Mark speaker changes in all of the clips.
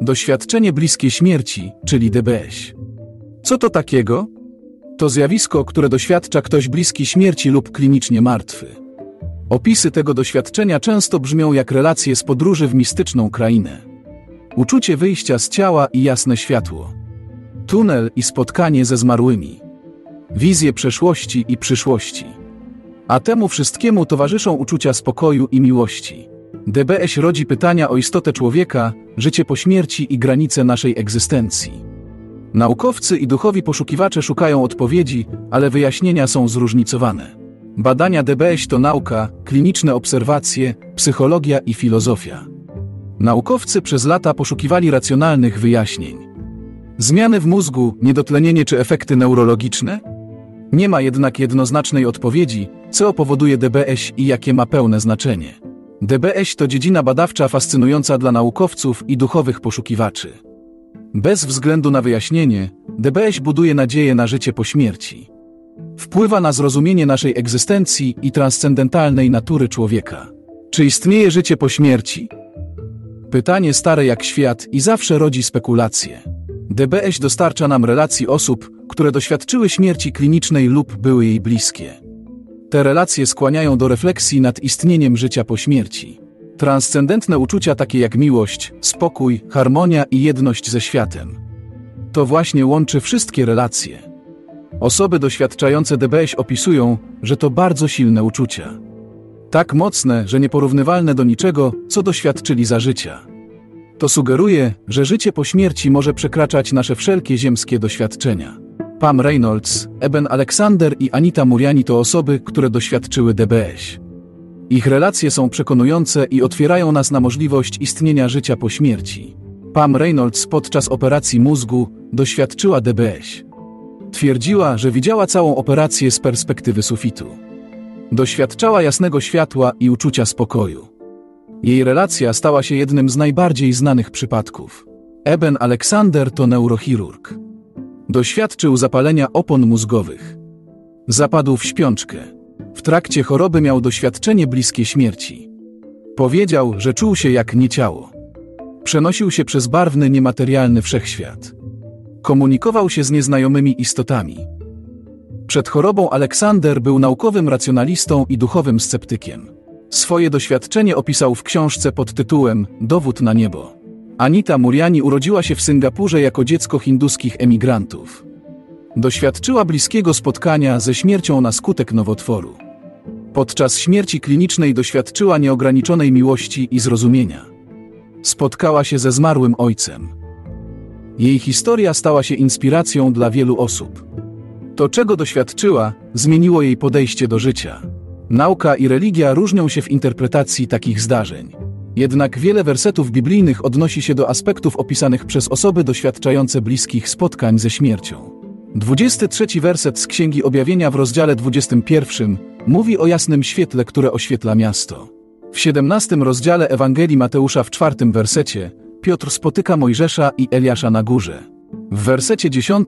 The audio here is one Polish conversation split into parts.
Speaker 1: Doświadczenie bliskie śmierci, czyli DBŚ. Co to takiego? To zjawisko, które doświadcza ktoś bliski śmierci lub klinicznie martwy. Opisy tego doświadczenia często brzmią jak relacje z podróży w mistyczną krainę. Uczucie wyjścia z ciała i jasne światło. Tunel i spotkanie ze zmarłymi. Wizje przeszłości i przyszłości. A temu wszystkiemu towarzyszą uczucia spokoju i miłości. DBŚ rodzi pytania o istotę człowieka, życie po śmierci i granice naszej egzystencji. Naukowcy i duchowi poszukiwacze szukają odpowiedzi, ale wyjaśnienia są zróżnicowane. Badania DBŚ to nauka, kliniczne obserwacje, psychologia i filozofia. Naukowcy przez lata poszukiwali racjonalnych wyjaśnień. Zmiany w mózgu, niedotlenienie czy efekty neurologiczne? Nie ma jednak jednoznacznej odpowiedzi, co powoduje DBŚ i jakie ma pełne znaczenie. DBŚ to dziedzina badawcza fascynująca dla naukowców i duchowych poszukiwaczy. Bez względu na wyjaśnienie, DBŚ buduje nadzieję na życie po śmierci. Wpływa na zrozumienie naszej egzystencji i transcendentalnej natury człowieka. Czy istnieje życie po śmierci? Pytanie stare jak świat i zawsze rodzi spekulacje. DBŚ dostarcza nam relacji osób, które doświadczyły śmierci klinicznej lub były jej bliskie. Te relacje skłaniają do refleksji nad istnieniem życia po śmierci. Transcendentne uczucia takie jak miłość, spokój, harmonia i jedność ze światem. To właśnie łączy wszystkie relacje. Osoby doświadczające DBŚ opisują, że to bardzo silne uczucia. Tak mocne, że nieporównywalne do niczego, co doświadczyli za życia. To sugeruje, że życie po śmierci może przekraczać nasze wszelkie ziemskie doświadczenia. Pam Reynolds, Eben Alexander i Anita Muriani to osoby, które doświadczyły DBŚ. Ich relacje są przekonujące i otwierają nas na możliwość istnienia życia po śmierci. Pam Reynolds podczas operacji mózgu doświadczyła DBŚ. Twierdziła, że widziała całą operację z perspektywy sufitu. Doświadczała jasnego światła i uczucia spokoju. Jej relacja stała się jednym z najbardziej znanych przypadków. Eben Alexander to neurochirurg. Doświadczył zapalenia opon mózgowych. Zapadł w śpiączkę. W trakcie choroby miał doświadczenie bliskie śmierci. Powiedział, że czuł się jak nieciało. Przenosił się przez barwny, niematerialny wszechświat. Komunikował się z nieznajomymi istotami. Przed chorobą Aleksander był naukowym racjonalistą i duchowym sceptykiem. Swoje doświadczenie opisał w książce pod tytułem Dowód na niebo. Anita Muriani urodziła się w Singapurze jako dziecko hinduskich emigrantów. Doświadczyła bliskiego spotkania ze śmiercią na skutek nowotworu. Podczas śmierci klinicznej doświadczyła nieograniczonej miłości i zrozumienia. Spotkała się ze zmarłym ojcem. Jej historia stała się inspiracją dla wielu osób. To, czego doświadczyła, zmieniło jej podejście do życia. Nauka i religia różnią się w interpretacji takich zdarzeń. Jednak wiele wersetów biblijnych odnosi się do aspektów opisanych przez osoby doświadczające bliskich spotkań ze śmiercią. 23 werset z Księgi Objawienia w rozdziale 21 mówi o jasnym świetle, które oświetla miasto. W 17 rozdziale Ewangelii Mateusza w 4 wersecie Piotr spotyka Mojżesza i Eliasza na górze. W wersecie 10,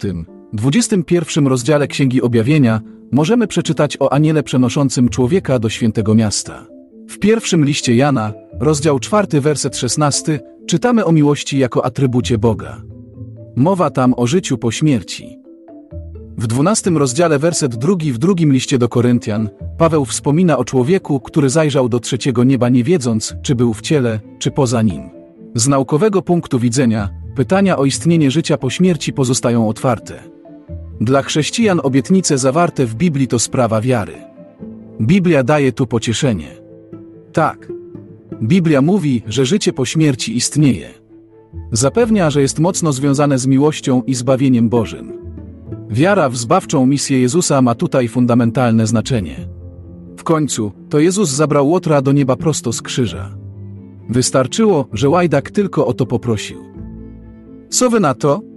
Speaker 1: 21 rozdziale Księgi Objawienia możemy przeczytać o aniele przenoszącym człowieka do świętego miasta. W pierwszym liście Jana, rozdział 4, werset 16, czytamy o miłości jako atrybucie Boga. Mowa tam o życiu po śmierci. W 12 rozdziale, werset 2 w drugim liście do Koryntian, Paweł wspomina o człowieku, który zajrzał do trzeciego nieba nie wiedząc, czy był w ciele, czy poza nim. Z naukowego punktu widzenia, pytania o istnienie życia po śmierci pozostają otwarte. Dla chrześcijan obietnice zawarte w Biblii to sprawa wiary. Biblia daje tu pocieszenie. Tak. Biblia mówi, że życie po śmierci istnieje. Zapewnia, że jest mocno związane z miłością i zbawieniem Bożym. Wiara w zbawczą misję Jezusa ma tutaj fundamentalne znaczenie. W końcu, to Jezus zabrał Łotra do nieba prosto z krzyża. Wystarczyło, że łajdak tylko o to poprosił. Co wy na to?